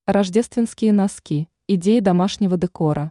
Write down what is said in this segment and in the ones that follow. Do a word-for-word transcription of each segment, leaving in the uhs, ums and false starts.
Рождественские носки. Идеи домашнего декора.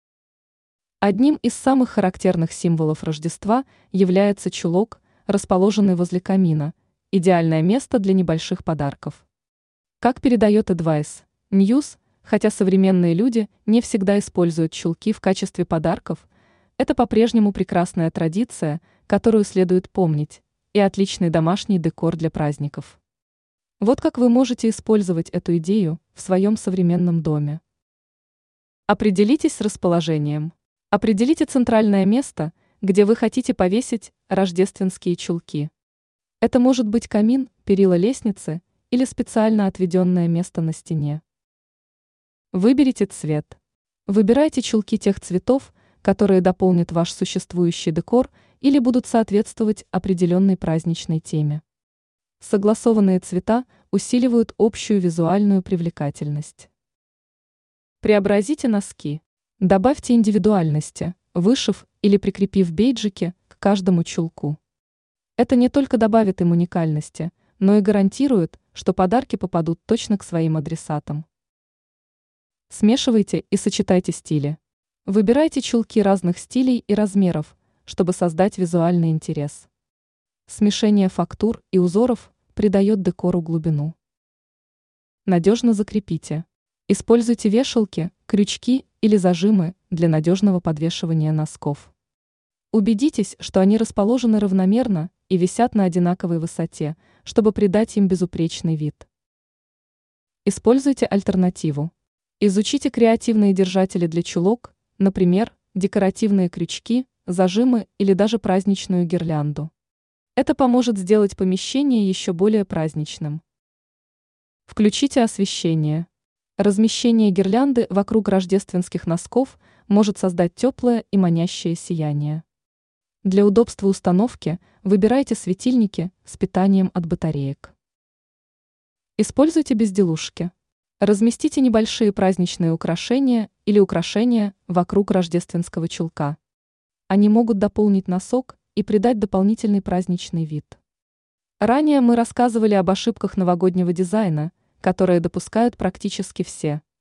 Одним из самых характерных символов Рождества является чулок, расположенный возле камина, идеальное место для небольших подарков. Как передает Advice News, хотя современные люди не всегда используют чулки в качестве подарков, это по-прежнему прекрасная традиция, которую следует помнить, и отличный домашний декор для праздников. Вот как вы можете использовать эту идею в своем современном доме. Определитесь с расположением. Определите центральное место, где вы хотите повесить рождественские чулки. Это может быть камин, перила лестницы или специально отведенное место на стене. Выберите цвет. Выбирайте чулки тех цветов, которые дополнят ваш существующий декор или будут соответствовать определенной праздничной теме. Согласованные цвета усиливают общую визуальную привлекательность. Преобразите носки. Добавьте индивидуальности, вышив или прикрепив бейджики к каждому чулку. Это не только добавит им уникальности, но и гарантирует, что подарки попадут точно к своим адресатам. Смешивайте и сочетайте стили. Выбирайте чулки разных стилей и размеров, чтобы создать визуальный интерес. Смешение фактур и узоров придает декору глубину. Надежно закрепите. Используйте вешалки, крючки или зажимы для надежного подвешивания носков. Убедитесь, что они расположены равномерно и висят на одинаковой высоте, чтобы придать им безупречный вид. Используйте альтернативу. Изучите креативные держатели для чулок, например, декоративные крючки, зажимы или даже праздничную гирлянду. Это поможет сделать помещение еще более праздничным. Включите освещение. Размещение гирлянды вокруг рождественских носков может создать теплое и манящее сияние. Для удобства установки выбирайте светильники с питанием от батареек. Используйте безделушки. Разместите небольшие праздничные украшения или украшения вокруг рождественского чулка. Они могут дополнить носок и придать дополнительный праздничный вид. Ранее мы рассказывали об ошибках новогоднего дизайна, которые допускают практически все.